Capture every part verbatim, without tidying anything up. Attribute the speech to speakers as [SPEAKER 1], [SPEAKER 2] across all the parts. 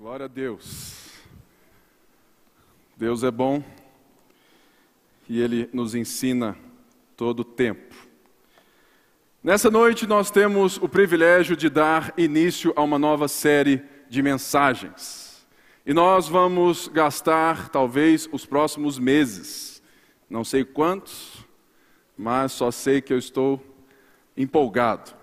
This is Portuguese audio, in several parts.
[SPEAKER 1] Glória a Deus. Deus é bom e Ele nos ensina todo o tempo. Nessa noite nós temos o privilégio de dar início a uma nova série de mensagens. E nós vamos gastar talvez os próximos meses, não sei quantos, mas só sei que eu estou empolgado.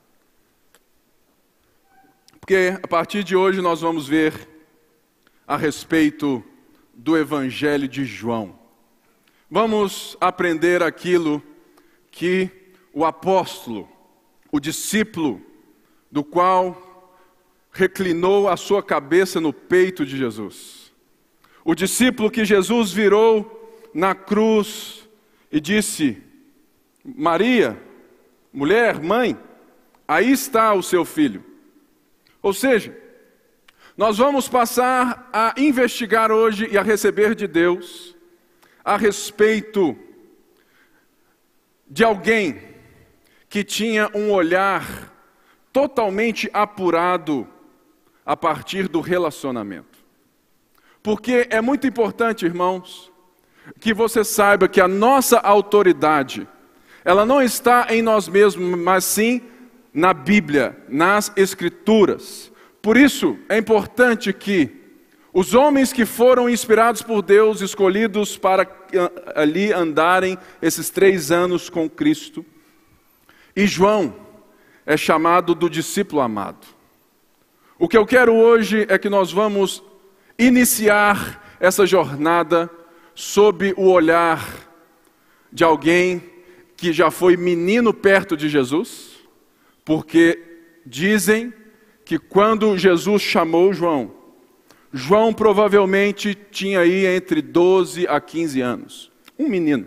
[SPEAKER 1] Porque a partir de hoje nós vamos ver a respeito do Evangelho de João. Vamos aprender aquilo que o apóstolo, o discípulo, do qual reclinou a sua cabeça no peito de Jesus. O discípulo que Jesus virou na cruz e disse: Maria, mulher, mãe, aí está o seu filho. Ou seja, nós vamos passar a investigar hoje e a receber de Deus a respeito de alguém que tinha um olhar totalmente apurado a partir do relacionamento. Porque é muito importante, irmãos, que você saiba que a nossa autoridade, ela não está em nós mesmos, mas sim na Bíblia, nas Escrituras. Por isso, é importante que os homens que foram inspirados por Deus, escolhidos para ali andarem esses três anos com Cristo, e João é chamado do discípulo amado. O que eu quero hoje é que nós vamos iniciar essa jornada sob o olhar de alguém que já foi menino perto de Jesus, porque dizem que quando Jesus chamou João, João provavelmente tinha aí entre doze a quinze anos, um menino.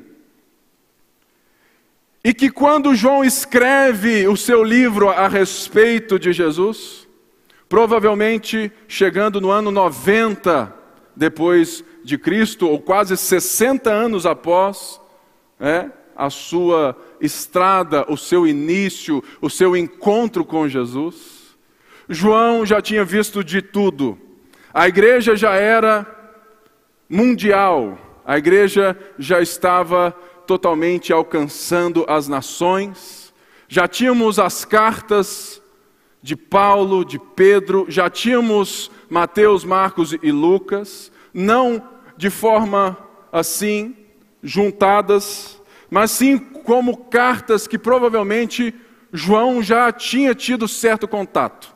[SPEAKER 1] E que quando João escreve o seu livro a respeito de Jesus, provavelmente chegando no ano noventa depois de Cristo, ou quase sessenta anos após, né, a sua estrada, o seu início, o seu encontro com Jesus, João já tinha visto de tudo. A igreja já era mundial, a igreja já estava totalmente alcançando as nações, já tínhamos as cartas de Paulo, de Pedro, já tínhamos Mateus, Marcos e Lucas, não de forma assim, juntadas, mas sim como cartas que provavelmente João já tinha tido certo contato.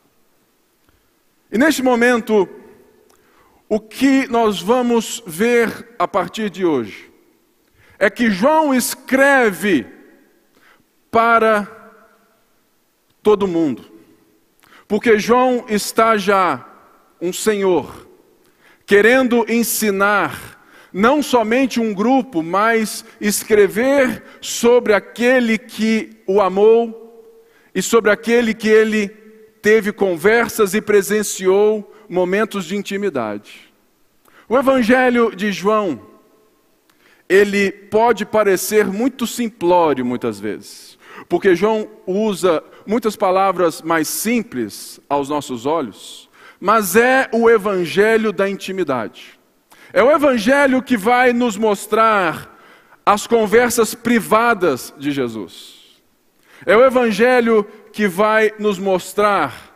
[SPEAKER 1] E neste momento, o que nós vamos ver a partir de hoje é que João escreve para todo mundo, porque João está já um senhor, querendo ensinar não somente um grupo, mas escrever sobre aquele que o amou e sobre aquele que ele teve conversas e presenciou momentos de intimidade. O Evangelho de João, ele pode parecer muito simplório muitas vezes, porque João usa muitas palavras mais simples aos nossos olhos, mas é o Evangelho da intimidade. É o Evangelho que vai nos mostrar as conversas privadas de Jesus. É o Evangelho que vai nos mostrar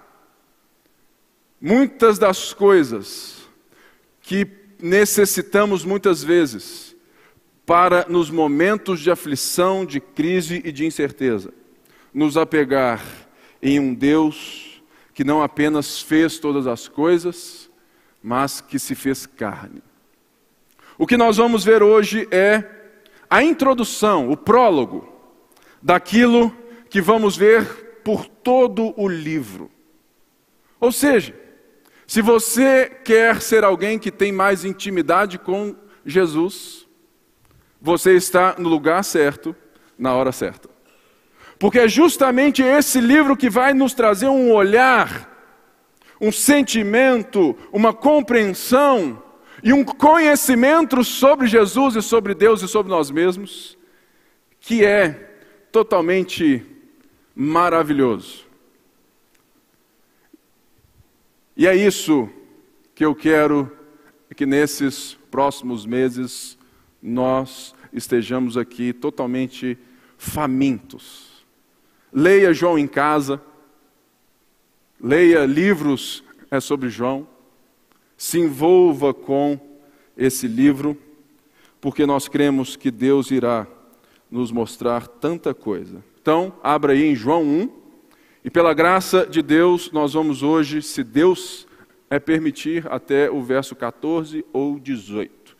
[SPEAKER 1] muitas das coisas que necessitamos muitas vezes para, nos momentos de aflição, de crise e de incerteza, nos apegar em um Deus que não apenas fez todas as coisas, mas que se fez carne. O que nós vamos ver hoje é a introdução, o prólogo, daquilo que vamos ver por todo o livro. Ou seja, se você quer ser alguém que tem mais intimidade com Jesus, você está no lugar certo, na hora certa. Porque é justamente esse livro que vai nos trazer um olhar, um sentimento, uma compreensão e um conhecimento sobre Jesus e sobre Deus e sobre nós mesmos, que é totalmente maravilhoso. E é isso que eu quero que nesses próximos meses nós estejamos aqui totalmente famintos. Leia João em casa, leia livros é sobre João, se envolva com esse livro, porque nós cremos que Deus irá nos mostrar tanta coisa. Então, abra aí em João um, e pela graça de Deus, nós vamos hoje, se Deus é permitir, até o verso quatorze ou dezoito.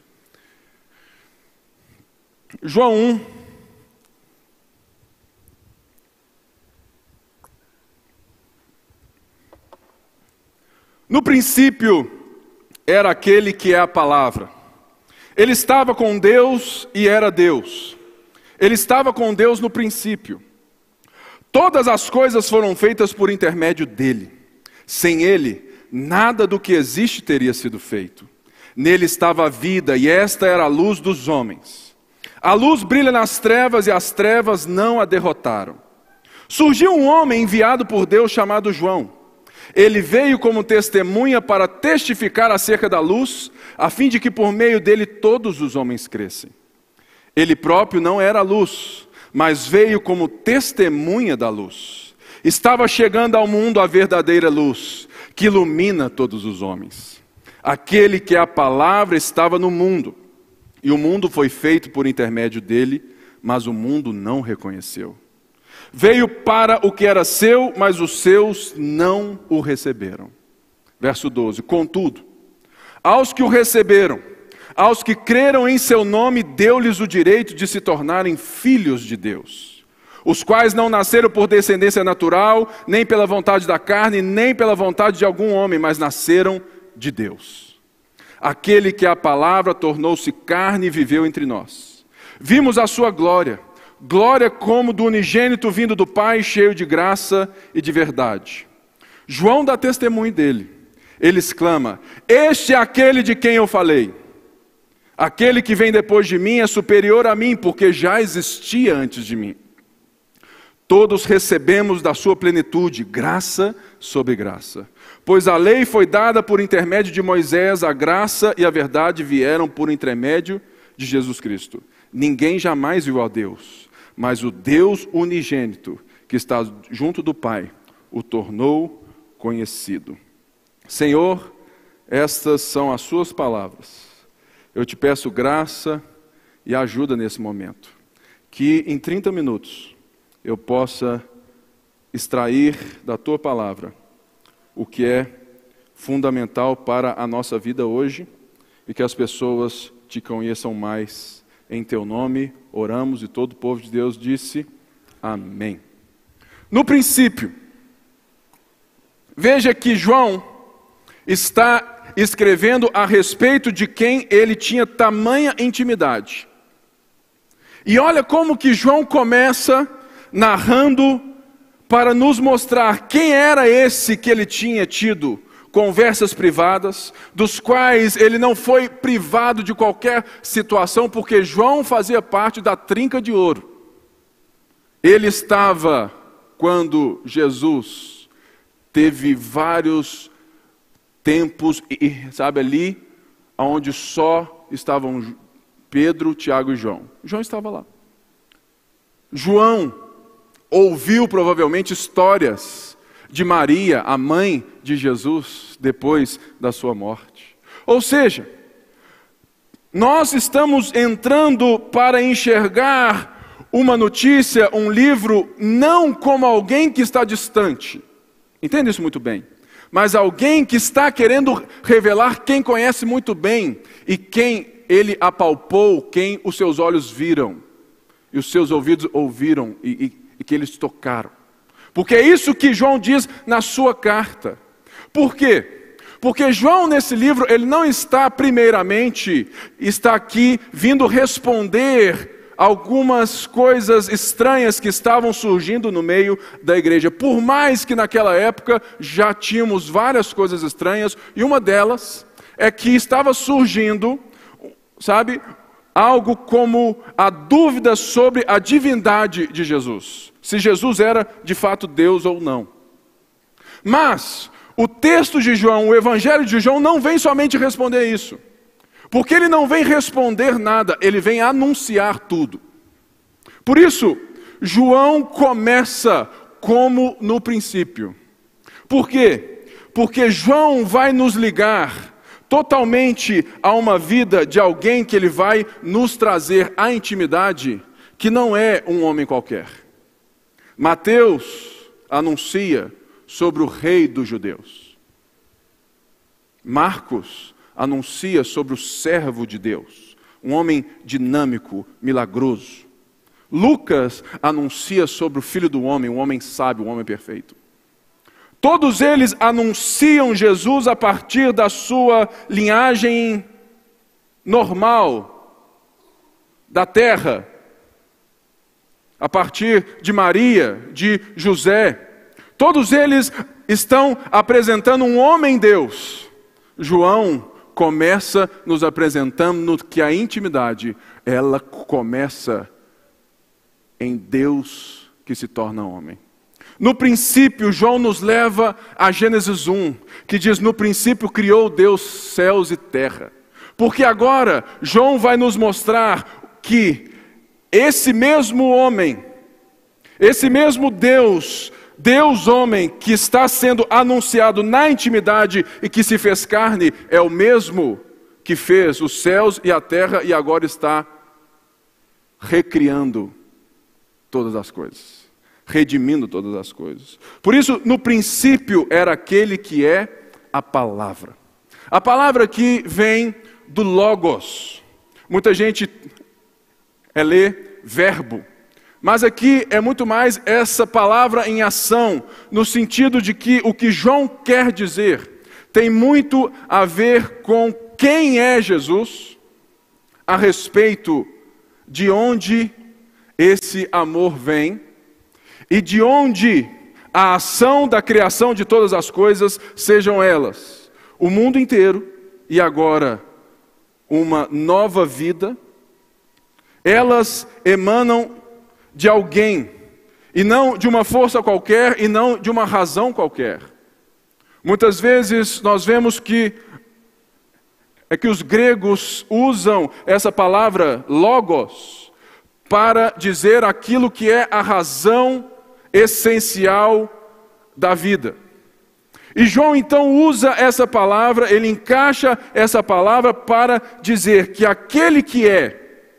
[SPEAKER 1] João um, no princípio era aquele que é a palavra. Ele estava com Deus e era Deus. Ele estava com Deus no princípio. Todas as coisas foram feitas por intermédio dele. Sem ele, nada do que existe teria sido feito. Nele estava a vida, e esta era a luz dos homens. A luz brilha nas trevas, e as trevas não a derrotaram. Surgiu um homem enviado por Deus chamado João. Ele veio como testemunha para testificar acerca da luz, a fim de que por meio dele todos os homens crescem. Ele próprio não era a luz, mas veio como testemunha da luz. Estava chegando ao mundo a verdadeira luz, que ilumina todos os homens. Aquele que é a palavra estava no mundo, e o mundo foi feito por intermédio dele, mas o mundo não reconheceu. Veio para o que era seu, mas os seus não o receberam. Verso doze. Contudo, aos que o receberam, aos que creram em seu nome, deu-lhes o direito de se tornarem filhos de Deus, os quais não nasceram por descendência natural, nem pela vontade da carne, nem pela vontade de algum homem, mas nasceram de Deus. Aquele que a palavra tornou-se carne e viveu entre nós. Vimos a sua glória, glória como do unigênito vindo do Pai, cheio de graça e de verdade. João dá testemunho dele. Ele exclama: este é aquele de quem eu falei. Aquele que vem depois de mim é superior a mim, porque já existia antes de mim. Todos recebemos da sua plenitude, graça sobre graça. Pois a lei foi dada por intermédio de Moisés, a graça e a verdade vieram por intermédio de Jesus Cristo. Ninguém jamais viu a Deus, mas o Deus unigênito, que está junto do Pai, o tornou conhecido. Senhor, estas são as suas palavras. Eu te peço graça e ajuda nesse momento, que em trinta minutos eu possa extrair da tua palavra o que é fundamental para a nossa vida hoje, e que as pessoas te conheçam mais. Em teu nome oramos, e todo o povo de Deus disse amém. No princípio, veja que João está escrevendo a respeito de quem ele tinha tamanha intimidade. E olha como que João começa narrando para nos mostrar quem era esse que ele tinha tido conversas privadas, dos quais ele não foi privado de qualquer situação, porque João fazia parte da trinca de ouro. Ele estava quando Jesus teve vários tempos, e sabe, ali onde só estavam Pedro, Tiago e João. João estava lá. João ouviu provavelmente histórias de Maria, a mãe de Jesus, depois da sua morte. Ou seja, nós estamos entrando para enxergar uma notícia, um livro, não como alguém que está distante. Entende isso muito bem? Mas alguém que está querendo revelar quem conhece muito bem e quem ele apalpou, quem os seus olhos viram e os seus ouvidos ouviram e, e, e que eles tocaram. Porque é isso que João diz na sua carta. Por quê? Porque João nesse livro, ele não está primeiramente, está aqui vindo responder algumas coisas estranhas que estavam surgindo no meio da igreja. Por mais que naquela época já tínhamos várias coisas estranhas, e uma delas é que estava surgindo, sabe, algo como a dúvida sobre a divindade de Jesus. Se Jesus era de fato Deus ou não. Mas o texto de João, o Evangelho de João, não vem somente responder isso. Porque ele não vem responder nada, ele vem anunciar tudo. Por isso, João começa como no princípio. Por quê? Porque João vai nos ligar totalmente a uma vida de alguém que ele vai nos trazer a intimidade, que não é um homem qualquer. Mateus anuncia sobre o rei dos judeus. Marcos anuncia sobre o servo de Deus, um homem dinâmico, milagroso. Lucas anuncia sobre o filho do homem, um homem sábio, um homem perfeito. Todos eles anunciam Jesus a partir da sua linhagem normal, da terra, a partir de Maria, de José. Todos eles estão apresentando um homem-Deus. João começa nos apresentando que a intimidade, ela começa em Deus que se torna homem. No princípio, João nos leva a Gênesis um, que diz, no princípio criou Deus céus e terra. Porque agora, João vai nos mostrar que esse mesmo homem, esse mesmo Deus, Deus homem, que está sendo anunciado na intimidade e que se fez carne, é o mesmo que fez os céus e a terra e agora está recriando todas as coisas, redimindo todas as coisas. Por isso, no princípio era aquele que é a palavra. A palavra aqui vem do logos. Muita gente é ler verbo. Mas aqui é muito mais essa palavra em ação, no sentido de que o que João quer dizer tem muito a ver com quem é Jesus, a respeito de onde esse amor vem e de onde a ação da criação de todas as coisas, sejam elas o mundo inteiro e agora uma nova vida, elas emanam de alguém, e não de uma força qualquer, e não de uma razão qualquer. Muitas vezes nós vemos que é que os gregos usam essa palavra logos para dizer aquilo que é a razão essencial da vida. E João então usa essa palavra, ele encaixa essa palavra para dizer que aquele que é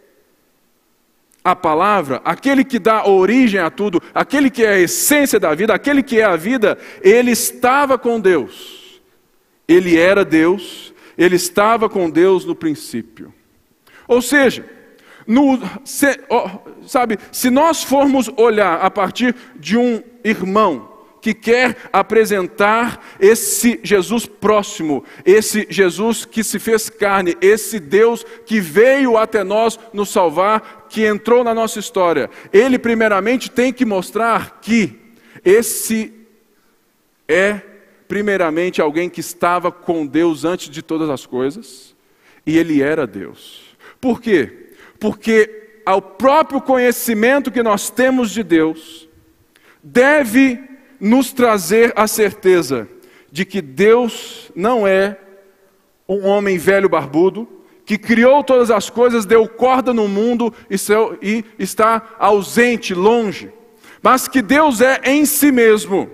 [SPEAKER 1] a palavra, aquele que dá origem a tudo, aquele que é a essência da vida, aquele que é a vida, ele estava com Deus. Ele era Deus, ele estava com Deus no princípio. Ou seja, no, se, oh, sabe, se nós formos olhar a partir de um irmão que quer apresentar esse Jesus próximo, esse Jesus que se fez carne, esse Deus que veio até nós nos salvar, que entrou na nossa história. Ele primeiramente tem que mostrar que esse é primeiramente alguém que estava com Deus antes de todas as coisas, e ele era Deus. Por quê? Porque ao próprio conhecimento que nós temos de Deus, deve nos trazer a certeza de que Deus não é um homem velho barbudo, que criou todas as coisas, deu corda no mundo e está ausente, longe, mas que Deus é em si mesmo.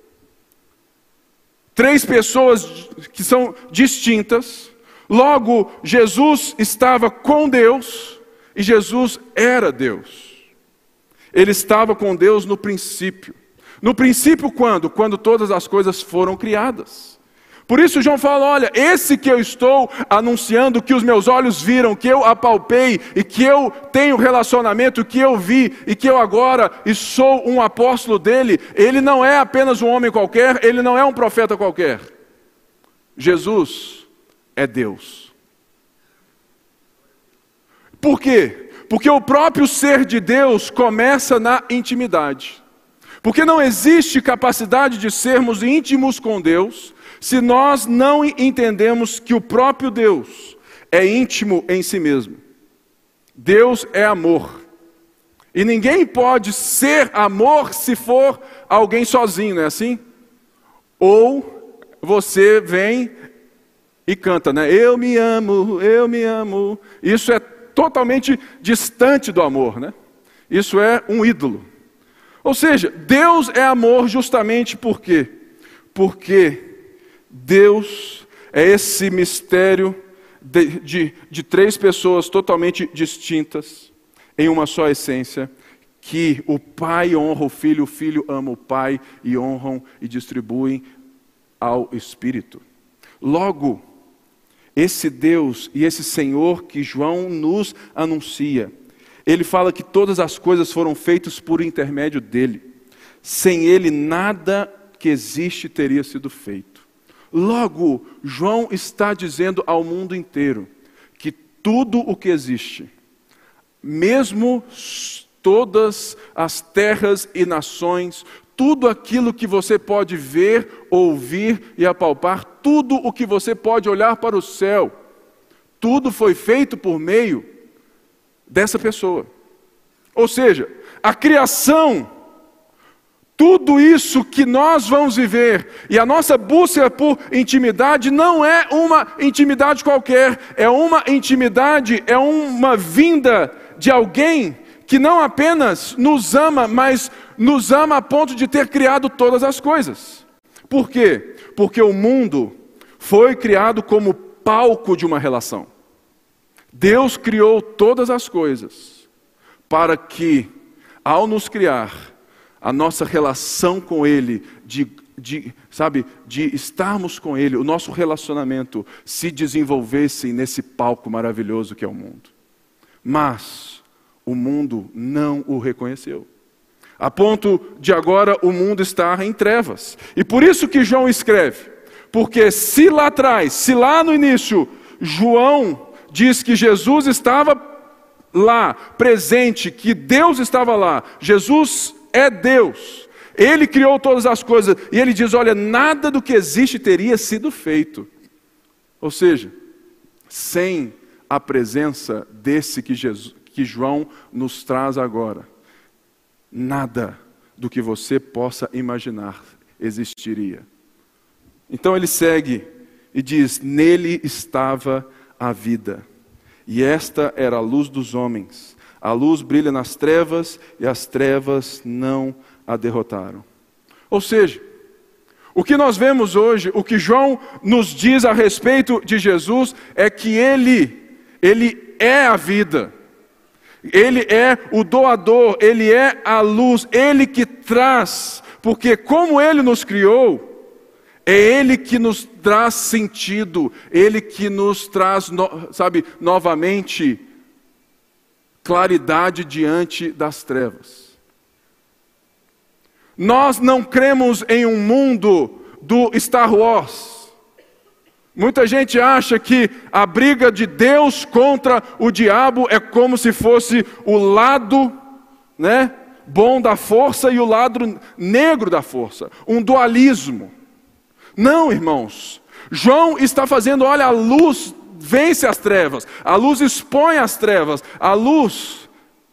[SPEAKER 1] Três pessoas que são distintas, logo Jesus estava com Deus e Jesus era Deus. Ele estava com Deus no princípio. No princípio quando? Quando todas as coisas foram criadas. Por isso João fala, olha, esse que eu estou anunciando, que os meus olhos viram, que eu apalpei, e que eu tenho relacionamento, que eu vi, e que eu agora e sou um apóstolo dele, ele não é apenas um homem qualquer, ele não é um profeta qualquer. Jesus é Deus. Por quê? Porque o próprio ser de Deus começa na intimidade. Porque não existe capacidade de sermos íntimos com Deus se nós não entendemos que o próprio Deus é íntimo em si mesmo. Deus é amor. E ninguém pode ser amor se for alguém sozinho, não é assim? Ou você vem e canta, né? Eu me amo, eu me amo. Isso é totalmente distante do amor, né? Isso é um ídolo. Ou seja, Deus é amor justamente por quê? Porque Deus é esse mistério de, de, de três pessoas totalmente distintas, em uma só essência, que o Pai honra o Filho, o Filho ama o Pai, e honram e distribuem ao Espírito. Logo, esse Deus e esse Senhor que João nos anuncia, ele fala que todas as coisas foram feitas por intermédio dele. Sem ele, nada que existe teria sido feito. Logo, João está dizendo ao mundo inteiro que tudo o que existe, mesmo todas as terras e nações, tudo aquilo que você pode ver, ouvir e apalpar, tudo o que você pode olhar para o céu, tudo foi feito por meio dessa pessoa. Ou seja, a criação, tudo isso que nós vamos viver, e a nossa busca por intimidade não é uma intimidade qualquer, é uma intimidade, é uma vinda de alguém que não apenas nos ama, mas nos ama a ponto de ter criado todas as coisas. Por quê? Porque o mundo foi criado como palco de uma relação. Deus criou todas as coisas para que, ao nos criar, a nossa relação com Ele, de, de, sabe, de estarmos com Ele, o nosso relacionamento se desenvolvesse nesse palco maravilhoso que é o mundo. Mas o mundo não o reconheceu. A ponto de agora o mundo estar em trevas. E por isso que João escreve. Porque se lá atrás, se lá no início, João diz que Jesus estava lá, presente, que Deus estava lá. Jesus é Deus. Ele criou todas as coisas. E ele diz, olha, nada do que existe teria sido feito. Ou seja, sem a presença desse que Jesus... que João nos traz agora, nada do que você possa imaginar existiria. Então ele segue e diz, nele estava a vida, e esta era a luz dos homens. A luz brilha nas trevas, e as trevas não a derrotaram. Ou seja, o que nós vemos hoje, o que João nos diz a respeito de Jesus, é que ele, ele é a vida. Ele é o doador, Ele é a luz, Ele que traz, porque como Ele nos criou, é Ele que nos traz sentido, Ele que nos traz, sabe, novamente, claridade diante das trevas. Nós não cremos em um mundo do Star Wars. Muita gente acha que a briga de Deus contra o diabo é como se fosse o lado, né, bom da força e o lado negro da força. Um dualismo. Não, irmãos. João está fazendo, olha, a luz vence as trevas. A luz expõe as trevas. A luz,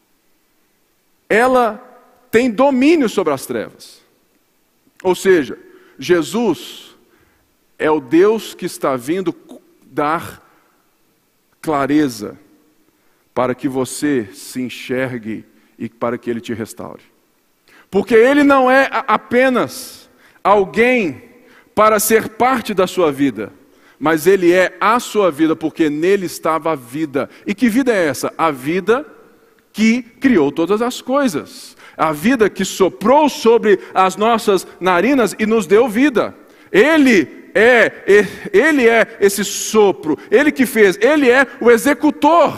[SPEAKER 1] ela tem domínio sobre as trevas. Ou seja, Jesus é o Deus que está vindo dar clareza para que você se enxergue e para que Ele te restaure. Porque Ele não é apenas alguém para ser parte da sua vida, mas Ele é a sua vida, porque nele estava a vida. E que vida é essa? A vida que criou todas as coisas. A vida que soprou sobre as nossas narinas e nos deu vida. Ele É, ele é esse sopro, Ele que fez, Ele é o executor.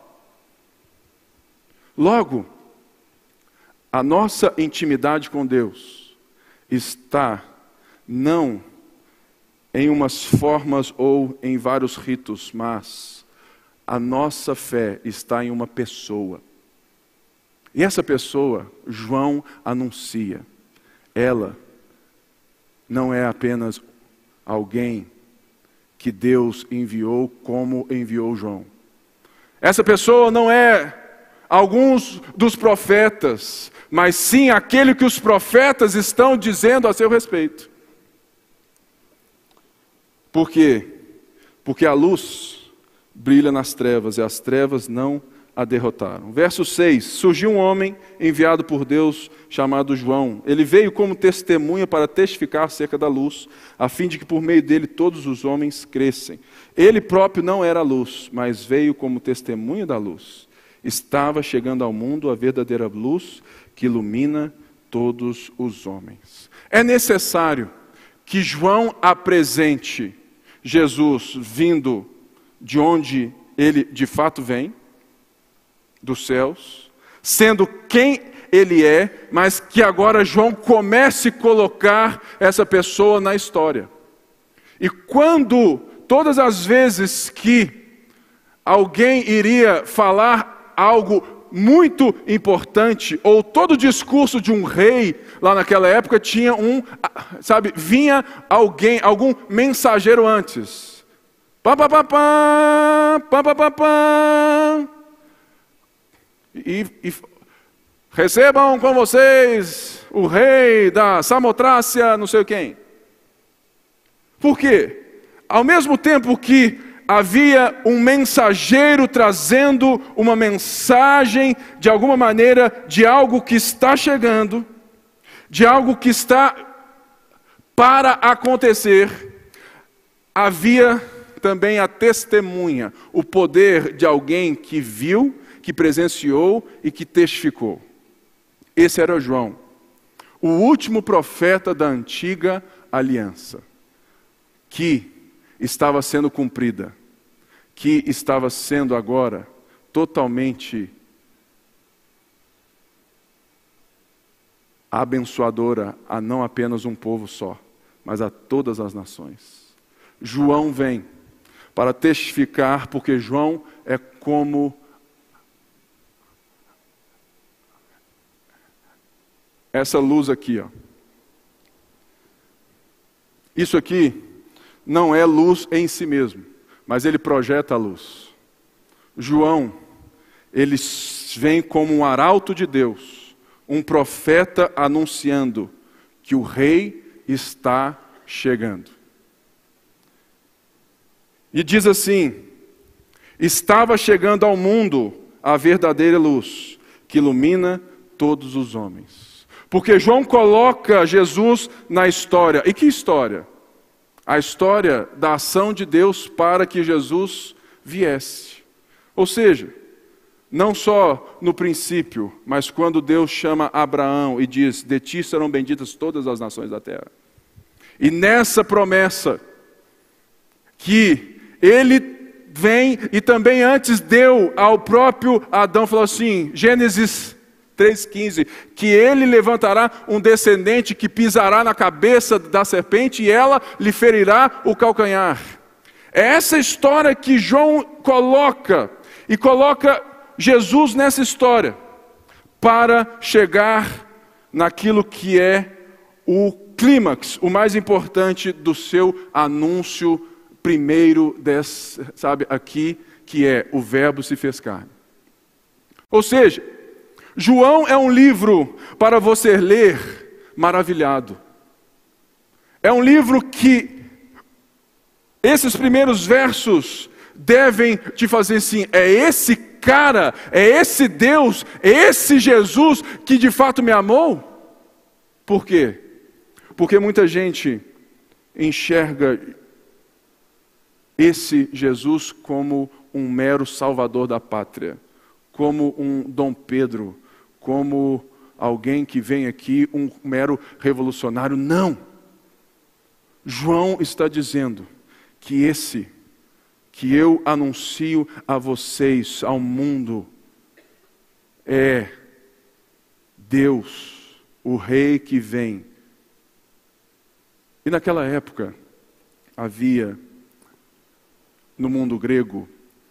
[SPEAKER 1] Logo, a nossa intimidade com Deus está não em umas formas ou em vários ritos, mas a nossa fé está em uma pessoa. E essa pessoa, João anuncia, ela não é apenas alguém que Deus enviou como enviou João. Essa pessoa não é alguns dos profetas, mas sim aquele que os profetas estão dizendo a seu respeito. Por quê? Porque a luz brilha nas trevas e as trevas não a derrotaram. Verso seis, surgiu um homem enviado por Deus chamado João. Ele veio como testemunha para testificar acerca da luz, a fim de que por meio dele todos os homens crescem. Ele próprio não era a luz, mas veio como testemunha da luz. Estava chegando ao mundo a verdadeira luz que ilumina todos os homens. É necessário que João apresente Jesus vindo de onde ele de fato vem, dos céus, sendo quem ele é, mas que agora João comece a colocar essa pessoa na história. E quando, todas as vezes que alguém iria falar algo muito importante, ou todo discurso de um rei, lá naquela época tinha um, sabe, vinha alguém, algum mensageiro antes. Pá, pá, pá, pá, pá, pá, pá, pá. E, e recebam com vocês o rei da Samotrácia, não sei quem. Por quê? Ao mesmo tempo que havia um mensageiro trazendo uma mensagem, de alguma maneira, de algo que está chegando, de algo que está para acontecer, havia também a testemunha, o poder de alguém que viu, que presenciou e que testificou. Esse era João, o último profeta da antiga aliança, que estava sendo cumprida, que estava sendo agora totalmente abençoadora a não apenas um povo só, mas a todas as nações. João vem para testificar, porque João é como essa luz aqui, ó. Isso aqui não é luz em si mesmo, mas ele projeta a luz. João, ele vem como um arauto de Deus, um profeta anunciando que o rei está chegando. E diz assim: estava chegando ao mundo a verdadeira luz, que ilumina todos os homens. Porque João coloca Jesus na história. E que história? A história da ação de Deus para que Jesus viesse. Ou seja, não só no princípio, mas quando Deus chama Abraão e diz: de ti serão benditas todas as nações da terra. E nessa promessa, que ele vem e também antes deu ao próprio Adão, falou assim, Gênesis três, quinze, que ele levantará um descendente que pisará na cabeça da serpente e ela lhe ferirá o calcanhar. É essa história que João coloca, e coloca Jesus nessa história, para chegar naquilo que é o clímax, o mais importante do seu anúncio primeiro, desse, sabe, aqui, que é o Verbo se fez carne. Ou seja, João é um livro para você ler maravilhado. É um livro que esses primeiros versos devem te fazer assim: é esse cara, é esse Deus, é esse Jesus que de fato me amou? Por quê? Porque muita gente enxerga esse Jesus como um mero salvador da pátria, como um Dom Pedro, como alguém que vem aqui, um mero revolucionário. Não! João está dizendo que esse, que eu anuncio a vocês, ao mundo, é Deus, o Rei que vem. E naquela época, havia, no mundo grego,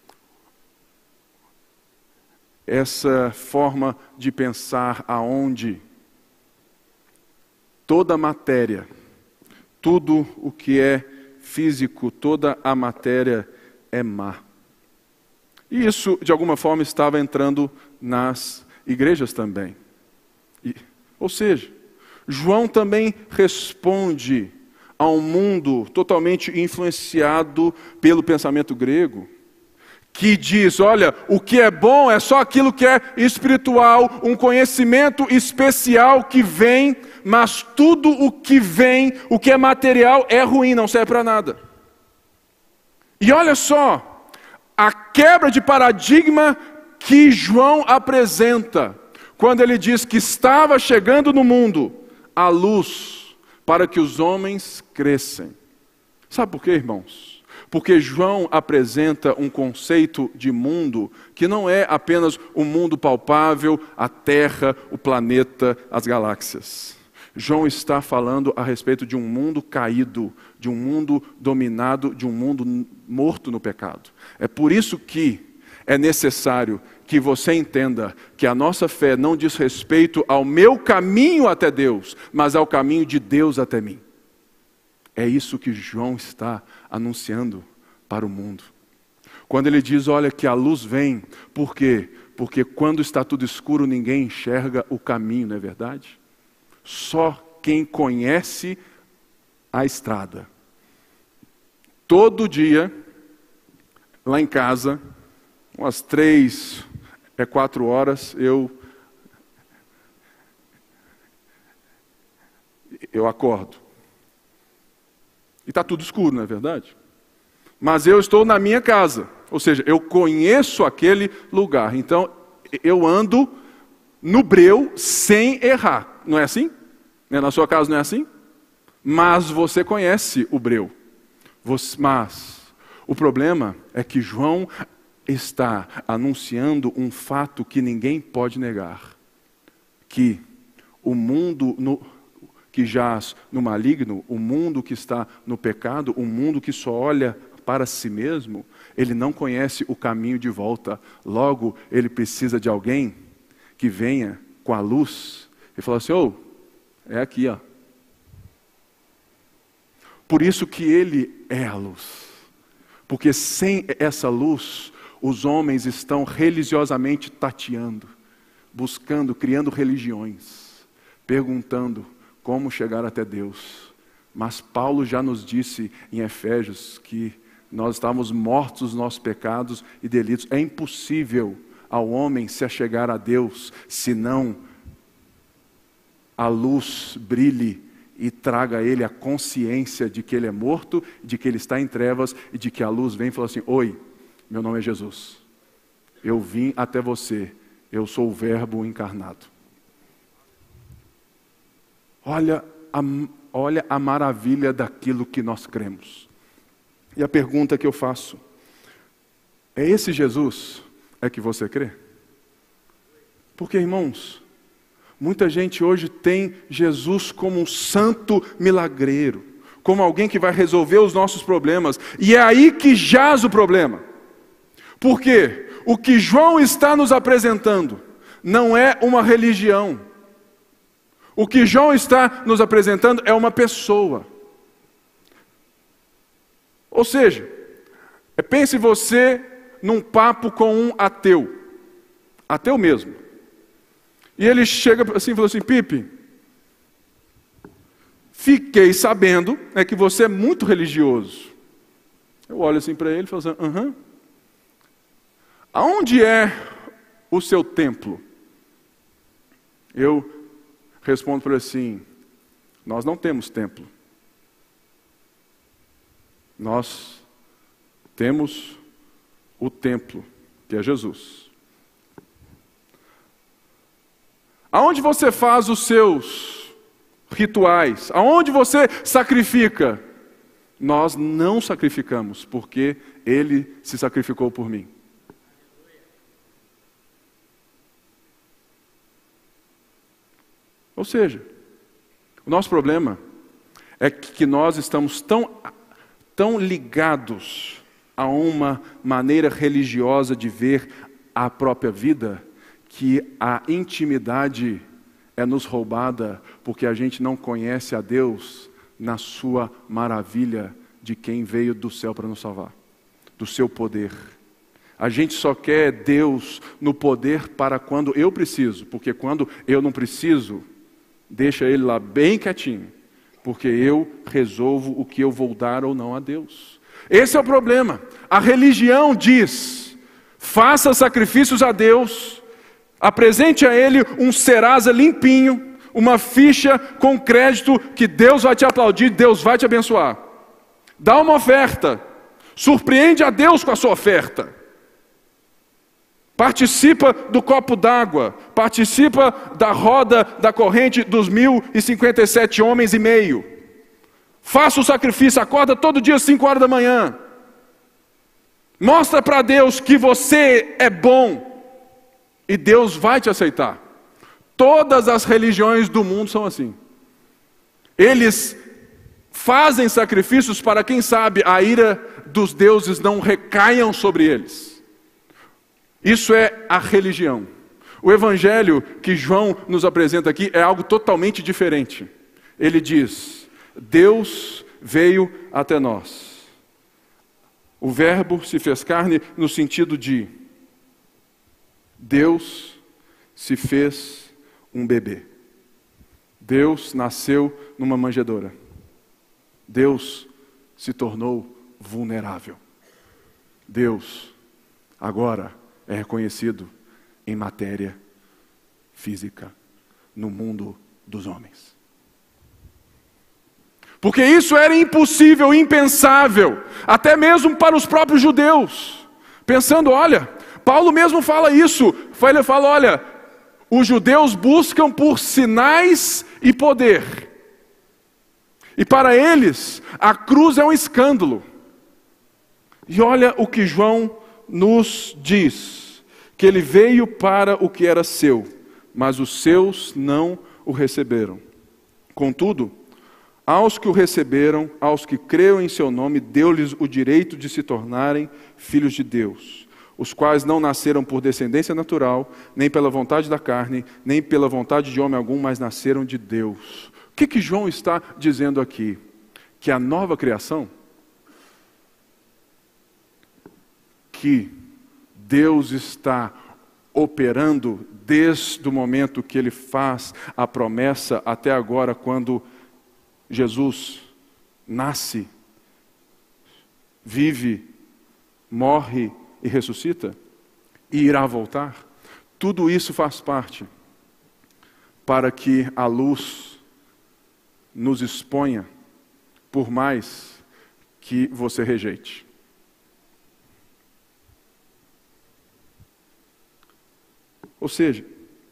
[SPEAKER 1] essa forma de pensar aonde toda a matéria, tudo o que é físico, toda a matéria é má. E isso, de alguma forma, estava entrando nas igrejas também. E, ou seja, João também responde a um mundo totalmente influenciado pelo pensamento grego, que diz, olha, o que é bom é só aquilo que é espiritual, um conhecimento especial que vem, mas tudo o que vem, o que é material, é ruim, não serve para nada. E olha só, a quebra de paradigma que João apresenta, quando ele diz que estava chegando no mundo a luz para que os homens crescem. Sabe por quê, irmãos? Porque João apresenta um conceito de mundo que não é apenas o mundo palpável, a Terra, o planeta, as galáxias. João está falando a respeito de um mundo caído, de um mundo dominado, de um mundo morto no pecado. É por isso que é necessário que você entenda que a nossa fé não diz respeito ao meu caminho até Deus, mas ao caminho de Deus até mim. É isso que João está anunciando para o mundo. Quando ele diz, olha, que a luz vem, por quê? Porque quando está tudo escuro, ninguém enxerga o caminho, não é verdade? Só quem conhece a estrada. Todo dia, lá em casa, umas três, é quatro horas, eu, eu acordo. E está tudo escuro, não é verdade? Mas eu estou na minha casa, ou seja, eu conheço aquele lugar. Então, eu ando no breu sem errar. Não é assim? Na sua casa não é assim? Mas você conhece o breu. Você, mas o problema é que João está anunciando um fato que ninguém pode negar. Que o mundo no, que jaz no maligno, o mundo que está no pecado, o mundo que só olha para si mesmo, ele não conhece o caminho de volta. Logo, ele precisa de alguém que venha com a luz e fala assim, ô, oh, é aqui, ó. Por isso que ele é a luz. Porque sem essa luz, os homens estão religiosamente tateando, buscando, criando religiões, perguntando como chegar até Deus. Mas Paulo já nos disse em Efésios que nós estávamos mortos nos nossos pecados e delitos. É impossível ao homem se achegar a Deus, senão a luz brilhe e traga a ele a consciência de que ele é morto, de que ele está em trevas e de que a luz vem e fala assim, oi, meu nome é Jesus, eu vim até você, eu sou o Verbo encarnado. Olha a, olha a maravilha daquilo que nós cremos. E a pergunta que eu faço, é esse Jesus é que você crê? Porque, irmãos, muita gente hoje tem Jesus como um santo milagreiro, como alguém que vai resolver os nossos problemas, e é aí que jaz o problema. Por quê? O que João está nos apresentando não é uma religião. O que João está nos apresentando é uma pessoa. Ou seja, pense você num papo com um ateu, ateu mesmo. E ele chega assim e fala assim, Pipe, fiquei sabendo é que você é muito religioso. Eu olho assim para ele e falo assim, aham. Uh-huh. Aonde é o seu templo? Eu respondo para ele assim, nós não temos templo. Nós temos o templo, que é Jesus. Aonde você faz os seus rituais? Aonde você sacrifica? Nós não sacrificamos, porque Ele se sacrificou por mim. Ou seja, o nosso problema é que nós estamos tão, tão ligados a uma maneira religiosa de ver a própria vida, que a intimidade é nos roubada porque a gente não conhece a Deus na sua maravilha de quem veio do céu para nos salvar, do seu poder. A gente só quer Deus no poder para quando eu preciso, porque quando eu não preciso, deixa Ele lá bem quietinho, porque eu resolvo o que eu vou dar ou não a Deus. Esse é o problema. A religião diz: faça sacrifícios a Deus, apresente a Ele um Serasa limpinho, uma ficha com crédito que Deus vai te aplaudir, Deus vai te abençoar. Dá uma oferta, surpreende a Deus com a sua oferta. Participa do copo d'água, participa da roda da corrente dos mil e cinquenta e sete homens e meio. Faça o sacrifício, acorda todo dia às cinco horas da manhã. Mostra para Deus que você é bom e Deus vai te aceitar. Todas as religiões do mundo são assim. Eles fazem sacrifícios para, quem sabe, a ira dos deuses não recaiam sobre eles. Isso é a religião. O evangelho que João nos apresenta aqui é algo totalmente diferente. Ele diz: Deus veio até nós. O verbo se fez carne no sentido de Deus se fez um bebê. Deus nasceu numa manjedoura. Deus se tornou vulnerável. Deus agora é reconhecido em matéria física, no mundo dos homens. Porque isso era impossível, impensável, até mesmo para os próprios judeus. Pensando, olha, Paulo mesmo fala isso, ele fala, olha, os judeus buscam por sinais e poder. E para eles, a cruz é um escândalo. E olha o que João nos diz, que ele veio para o que era seu, mas os seus não o receberam. Contudo, aos que o receberam, aos que creram em seu nome, deu-lhes o direito de se tornarem filhos de Deus, os quais não nasceram por descendência natural, nem pela vontade da carne, nem pela vontade de homem algum, mas nasceram de Deus. O que que João está dizendo aqui? Que a nova criação, que Deus está operando desde o momento que Ele faz a promessa até agora, quando Jesus nasce, vive, morre e ressuscita, e irá voltar. Tudo isso faz parte para que a luz nos exponha, por mais que você rejeite. Ou seja,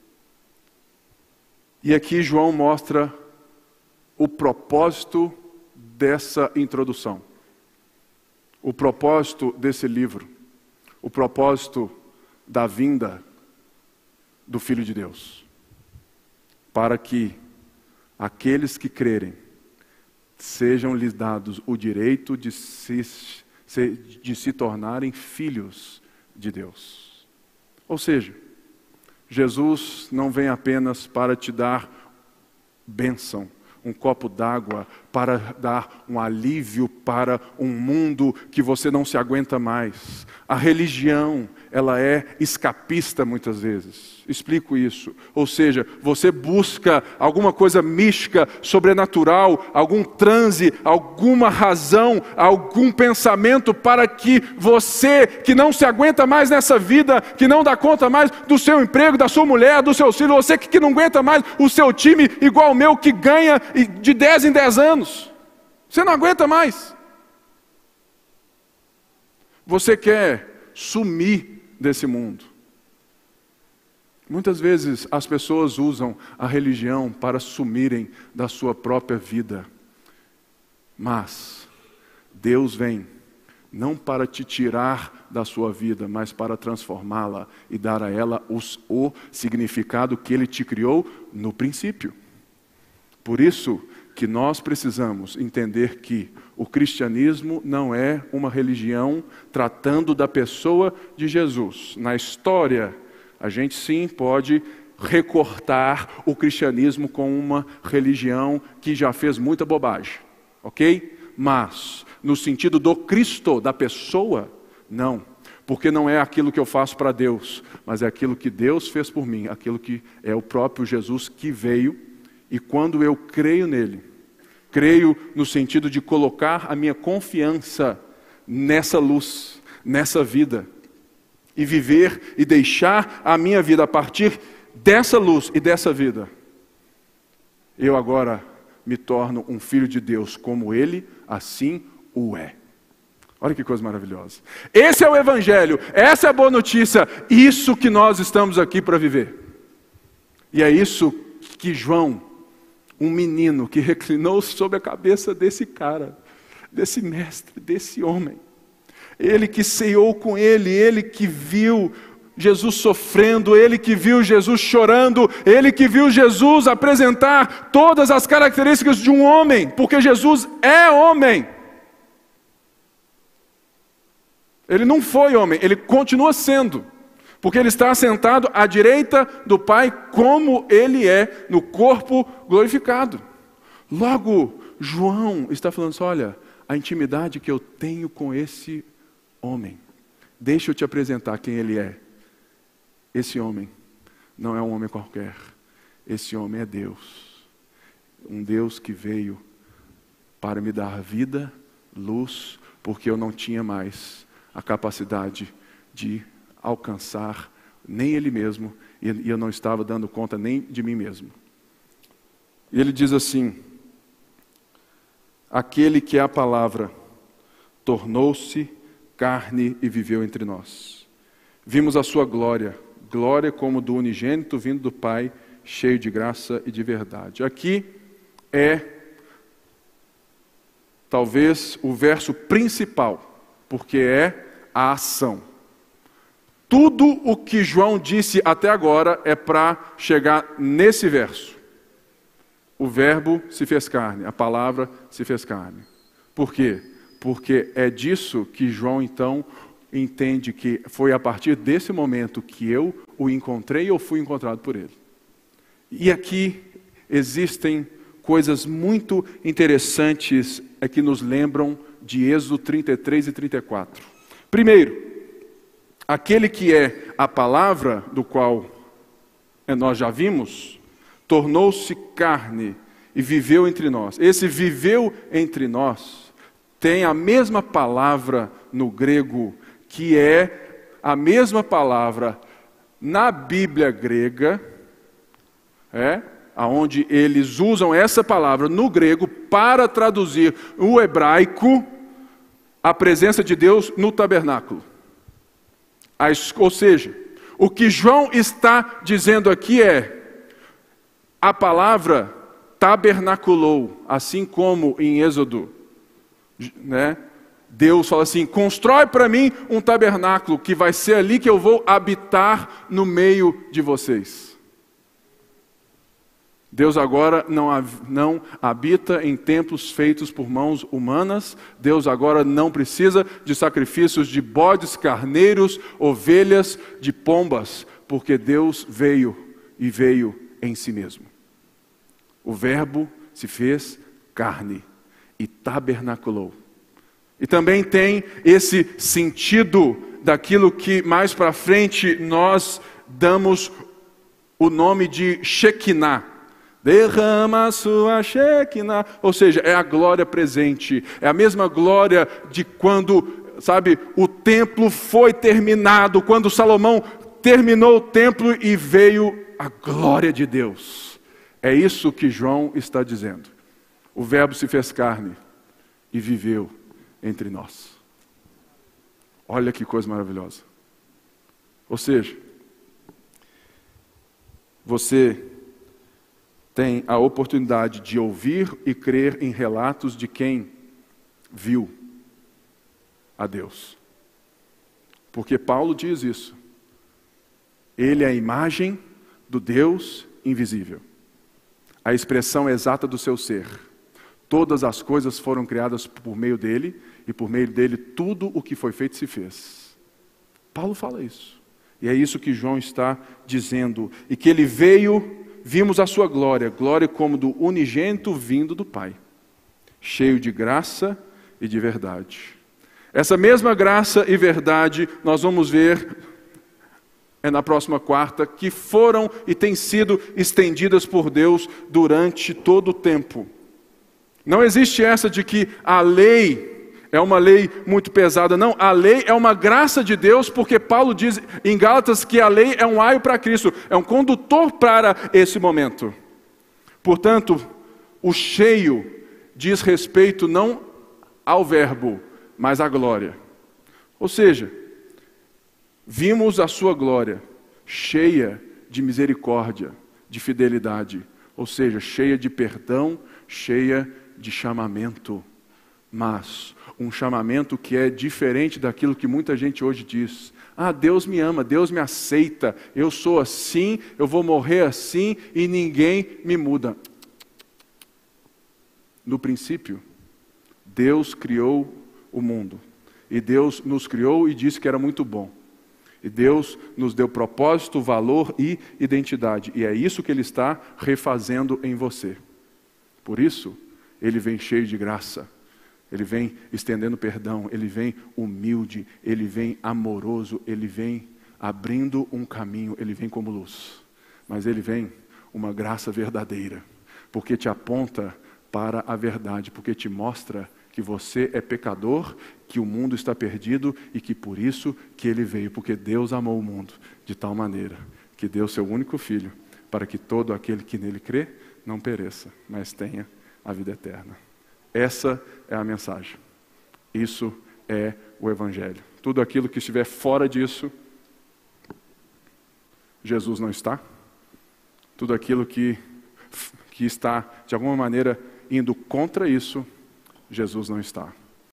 [SPEAKER 1] e aqui João mostra o propósito dessa introdução, o propósito desse livro, o propósito da vinda do Filho de Deus, para que aqueles que crerem sejam lhes dados o direito de se, de se tornarem filhos de Deus. Ou seja, Jesus não vem apenas para te dar bênção, um copo d'água, para dar um alívio para um mundo que você não se aguenta mais. A religião, ela é escapista muitas vezes. Explico isso. Ou seja, você busca alguma coisa mística, sobrenatural, algum transe, alguma razão, algum pensamento para que você, que não se aguenta mais nessa vida, que não dá conta mais do seu emprego, da sua mulher, do seu filho, você que não aguenta mais o seu time igual o meu, que ganha de dez em dez anos. Você não aguenta mais. Você quer sumir desse mundo. Muitas vezes as pessoas usam a religião para sumirem da sua própria vida. Mas Deus vem não para te tirar da sua vida, mas para transformá-la e dar a ela os, o significado que Ele te criou no princípio. Por isso que nós precisamos entender que o cristianismo não é uma religião tratando da pessoa de Jesus. Na história, a gente sim pode recortar o cristianismo como uma religião que já fez muita bobagem, ok? Mas, no sentido do Cristo, da pessoa, não. Porque não é aquilo que eu faço para Deus, mas é aquilo que Deus fez por mim, aquilo que é o próprio Jesus que veio. E quando eu creio nele, Creio no sentido de colocar a minha confiança nessa luz, nessa vida. E viver e deixar a minha vida a partir dessa luz e dessa vida. Eu agora me torno um filho de Deus, como Ele assim o é. Olha que coisa maravilhosa. Esse é o Evangelho, essa é a boa notícia, isso que nós estamos aqui para viver. E é isso que João, um menino que reclinou sobre a cabeça desse cara, desse mestre, desse homem, ele que ceiou com ele, ele que viu Jesus sofrendo, ele que viu Jesus chorando, ele que viu Jesus apresentar todas as características de um homem, porque Jesus é homem. Ele não foi homem, ele continua sendo, porque ele está sentado à direita do Pai, como ele é no corpo glorificado. Logo, João está falando assim, olha, a intimidade que eu tenho com esse homem, deixa eu te apresentar quem ele é. Esse homem não é um homem qualquer, esse homem é Deus, um Deus que veio para me dar vida, luz, porque eu não tinha mais a capacidade de alcançar nem Ele mesmo, e eu não estava dando conta nem de mim mesmo. E ele diz assim, aquele que é a palavra tornou-se carne e viveu entre nós. Vimos a sua glória, glória como do unigênito vindo do Pai, cheio de graça e de verdade. Aqui é talvez o verso principal, porque é a ação. Tudo o que João disse até agora é para chegar nesse verso. O verbo se fez carne, a palavra se fez carne. Por quê? Porque é disso que João então entende que foi a partir desse momento que eu o encontrei ou fui encontrado por ele. E aqui existem coisas muito interessantes é que nos lembram de Êxodo trinta e três e trinta e quatro. Primeiro, aquele que é a palavra do qual nós já vimos, tornou-se carne e viveu entre nós. Esse viveu entre nós tem a mesma palavra no grego, que é a mesma palavra na Bíblia grega, é, onde eles usam essa palavra no grego para traduzir o hebraico a presença de Deus no tabernáculo. Ou seja, o que João está dizendo aqui é, a palavra tabernaculou, assim como em Êxodo, né? Deus fala assim, constrói para mim um tabernáculo, que vai ser ali que eu vou habitar no meio de vocês. Deus agora não, não habita em templos feitos por mãos humanas. Deus agora não precisa de sacrifícios de bodes, carneiros, ovelhas, de pombas, porque Deus veio e veio em si mesmo. O verbo se fez carne e tabernaculou. E também tem esse sentido daquilo que mais para frente nós damos o nome de Shekinah. Derrama a sua Shekinah, ou seja, é a glória presente, é a mesma glória de quando, sabe, o templo foi terminado, quando Salomão terminou o templo e veio a glória de Deus. É isso que João está dizendo. O verbo se fez carne e viveu entre nós. Olha que coisa maravilhosa. Ou seja, você tem a oportunidade de ouvir e crer em relatos de quem viu a Deus. Porque Paulo diz isso. Ele é a imagem do Deus invisível. A expressão exata do seu ser. Todas as coisas foram criadas por meio dele, e por meio dele tudo o que foi feito se fez. Paulo fala isso. E é isso que João está dizendo. E que ele veio, vimos a sua glória, glória como do unigênito vindo do Pai, cheio de graça e de verdade. Essa mesma graça e verdade nós vamos ver é na próxima quarta, que foram e têm sido estendidas por Deus durante todo o tempo. Não existe essa de que a lei é uma lei muito pesada. Não, a lei é uma graça de Deus, porque Paulo diz em Gálatas que a lei é um aio para Cristo, é um condutor para esse momento. Portanto, o cheio diz respeito não ao verbo, mas à glória. Ou seja, vimos a sua glória cheia de misericórdia, de fidelidade, ou seja, cheia de perdão, cheia de chamamento, mas um chamamento que é diferente daquilo que muita gente hoje diz. Ah, Deus me ama, Deus me aceita, eu sou assim, eu vou morrer assim e ninguém me muda. No princípio, Deus criou o mundo, e Deus nos criou e disse que era muito bom. E Deus nos deu propósito, valor e identidade, e é isso que Ele está refazendo em você. Por isso, Ele vem cheio de graça, Ele vem estendendo perdão, Ele vem humilde, Ele vem amoroso, Ele vem abrindo um caminho, Ele vem como luz. Mas Ele vem uma graça verdadeira, porque te aponta para a verdade, porque te mostra que você é pecador, que o mundo está perdido e que por isso que Ele veio, porque Deus amou o mundo de tal maneira que deu seu único Filho, para que todo aquele que nele crê não pereça, mas tenha a vida eterna. Essa é a mensagem. Isso é o Evangelho. Tudo aquilo que estiver fora disso, Jesus não está. Tudo aquilo que, que está, de alguma maneira, indo contra isso, Jesus não está.